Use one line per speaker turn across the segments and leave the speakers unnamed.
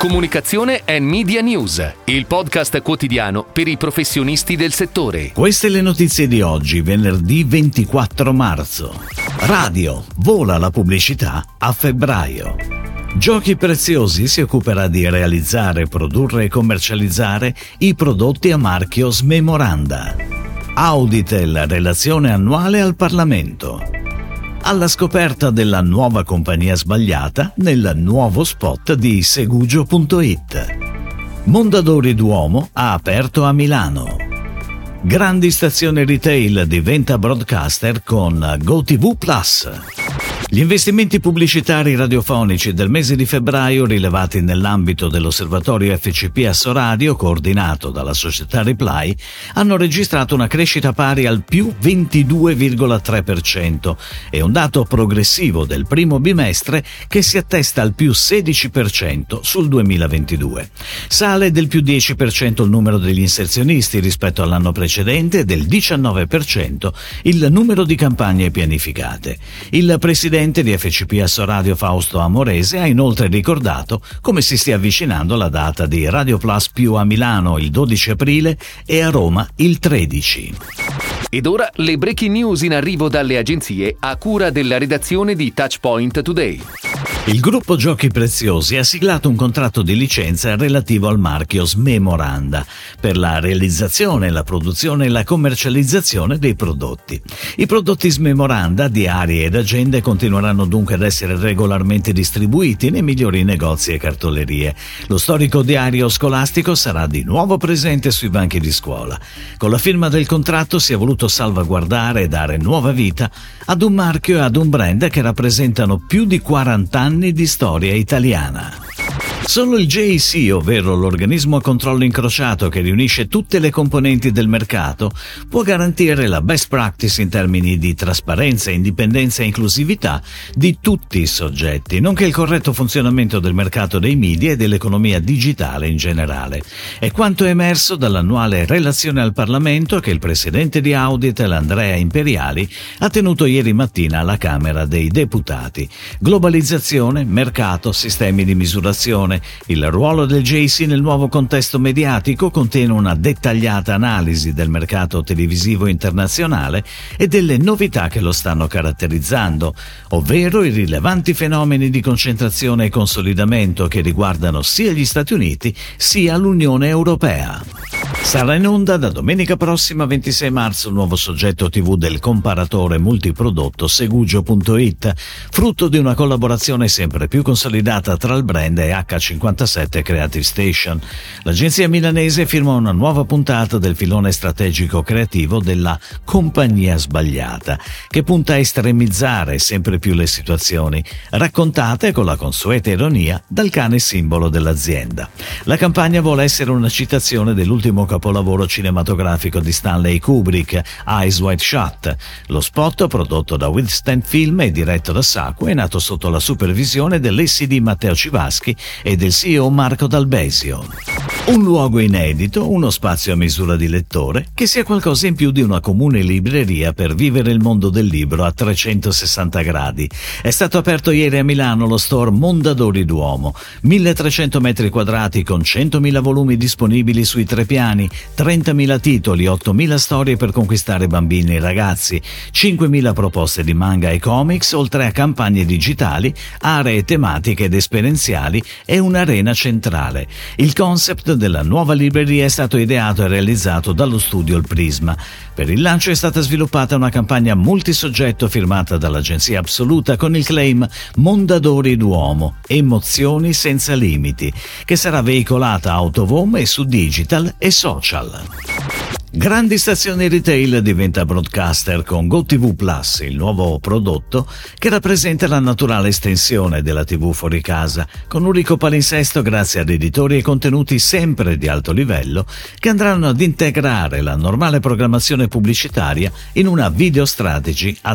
Comunicazione e Media News, il podcast quotidiano per i professionisti del settore.
Queste le notizie di oggi, venerdì 24 marzo. Radio, vola la pubblicità a febbraio. Giochi Preziosi si occuperà di realizzare, produrre e commercializzare i prodotti a marchio Smemoranda. Auditel, relazione annuale al Parlamento. Alla scoperta della nuova compagnia sbagliata nel nuovo spot di Segugio.it. Mondadori Duomo ha aperto a Milano. Grandi Stazioni Retail diventa broadcaster con GoTV Plus. Gli investimenti pubblicitari radiofonici del mese di febbraio, rilevati nell'ambito dell'osservatorio FCP Assoradio, coordinato dalla società Reply, hanno registrato una crescita pari al più 22,3% e un dato progressivo del primo bimestre che si attesta al più 16% sul 2022. Sale del più 10% il numero degli inserzionisti rispetto all'anno precedente e del 19% il numero di campagne pianificate. Il presidente di FCP Assoradio Fausto Amorese ha inoltre ricordato come si stia avvicinando la data di Radio Plus più a Milano il 12 aprile e a Roma il 13.
Ed ora le breaking news in arrivo dalle agenzie a cura della redazione di Touchpoint Today.
Il gruppo Giochi Preziosi ha siglato un contratto di licenza relativo al marchio Smemoranda per la realizzazione, la produzione e la commercializzazione dei prodotti. I prodotti Smemoranda, diari ed agende continueranno dunque ad essere regolarmente distribuiti nei migliori negozi e cartolerie. Lo storico diario scolastico sarà di nuovo presente sui banchi di scuola. Con la firma del contratto si è voluto salvaguardare e dare nuova vita ad un marchio e ad un brand che rappresentano più di 40 anni di storia italiana. Solo il JEC, ovvero l'organismo a controllo incrociato che riunisce tutte le componenti del mercato, può garantire la best practice in termini di trasparenza, indipendenza e inclusività di tutti i soggetti, nonché il corretto funzionamento del mercato dei media e dell'economia digitale in generale. È quanto emerso dall'annuale relazione al Parlamento che il presidente di Auditel, Andrea Imperiali, ha tenuto ieri mattina alla Camera dei Deputati. Globalizzazione, mercato, sistemi di misurazione. Il ruolo del JEC nel nuovo contesto mediatico contiene una dettagliata analisi del mercato televisivo internazionale e delle novità che lo stanno caratterizzando, ovvero i rilevanti fenomeni di concentrazione e consolidamento che riguardano sia gli Stati Uniti sia l'Unione Europea. Sarà in onda da domenica prossima 26 marzo il nuovo soggetto TV del comparatore multiprodotto Segugio.it, frutto di una collaborazione sempre più consolidata tra il brand e H57 Creative Station. L'agenzia milanese firma una nuova puntata del filone strategico creativo della Compagnia Sbagliata, che punta a estremizzare sempre più le situazioni, raccontate con la consueta ironia dal cane simbolo dell'azienda. La campagna vuole essere una citazione dell'ultimo capolavoro cinematografico di Stanley Kubrick, Eyes Wide Shut. Lo spot, prodotto da West End Film e diretto da Saku, è nato sotto la supervisione dell'SD Matteo Civaschi e del CEO Marco D'Albesio. Un luogo inedito, uno spazio a misura di lettore, che sia qualcosa in più di una comune libreria per vivere il mondo del libro a 360 gradi. È stato aperto ieri a Milano lo store Mondadori Duomo, 1300 metri quadrati con 100.000 volumi disponibili sui 3 piani, 30.000 titoli, 8.000 storie per conquistare bambini e ragazzi, 5.000 proposte di manga e comics, oltre a campagne digitali, aree tematiche ed esperienziali e un'arena centrale. Il concept della nuova libreria è stato ideato e realizzato dallo studio Il Prisma. Per il lancio è stata sviluppata una campagna multisoggetto firmata dall'agenzia Absoluta con il claim Mondadori Duomo, emozioni senza limiti, che sarà veicolata out of home e su digital e social. Grandi Stazioni Retail diventa broadcaster con GoTV Plus, il nuovo prodotto che rappresenta la naturale estensione della TV fuori casa, con un ricco palinsesto grazie ad editori e contenuti sempre di alto livello che andranno ad integrare la normale programmazione pubblicitaria in una video strategy a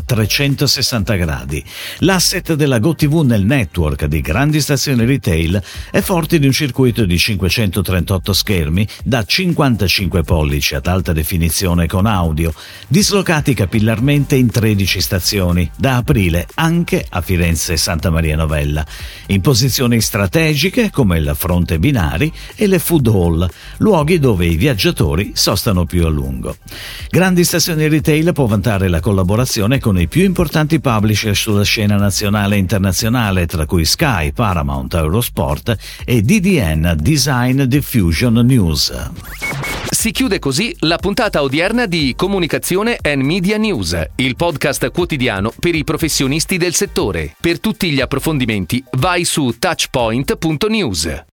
360 gradi. L'asset della GoTV nel network di Grandi Stazioni Retail è forte di un circuito di 538 schermi da 55 pollici ad alta alta definizione con audio, dislocati capillarmente in 13 stazioni, da aprile anche a Firenze e Santa Maria Novella, in posizioni strategiche come il fronte binari e le food hall, luoghi dove i viaggiatori sostano più a lungo. Grandi stazioni retail può vantare la collaborazione con i più importanti publisher sulla scena nazionale e internazionale, tra cui Sky, Paramount, Eurosport e DDN Design Diffusion News.
Si chiude così la puntata odierna di Comunicazione and Media News, il podcast quotidiano per i professionisti del settore. Per tutti gli approfondimenti vai su touchpoint.news.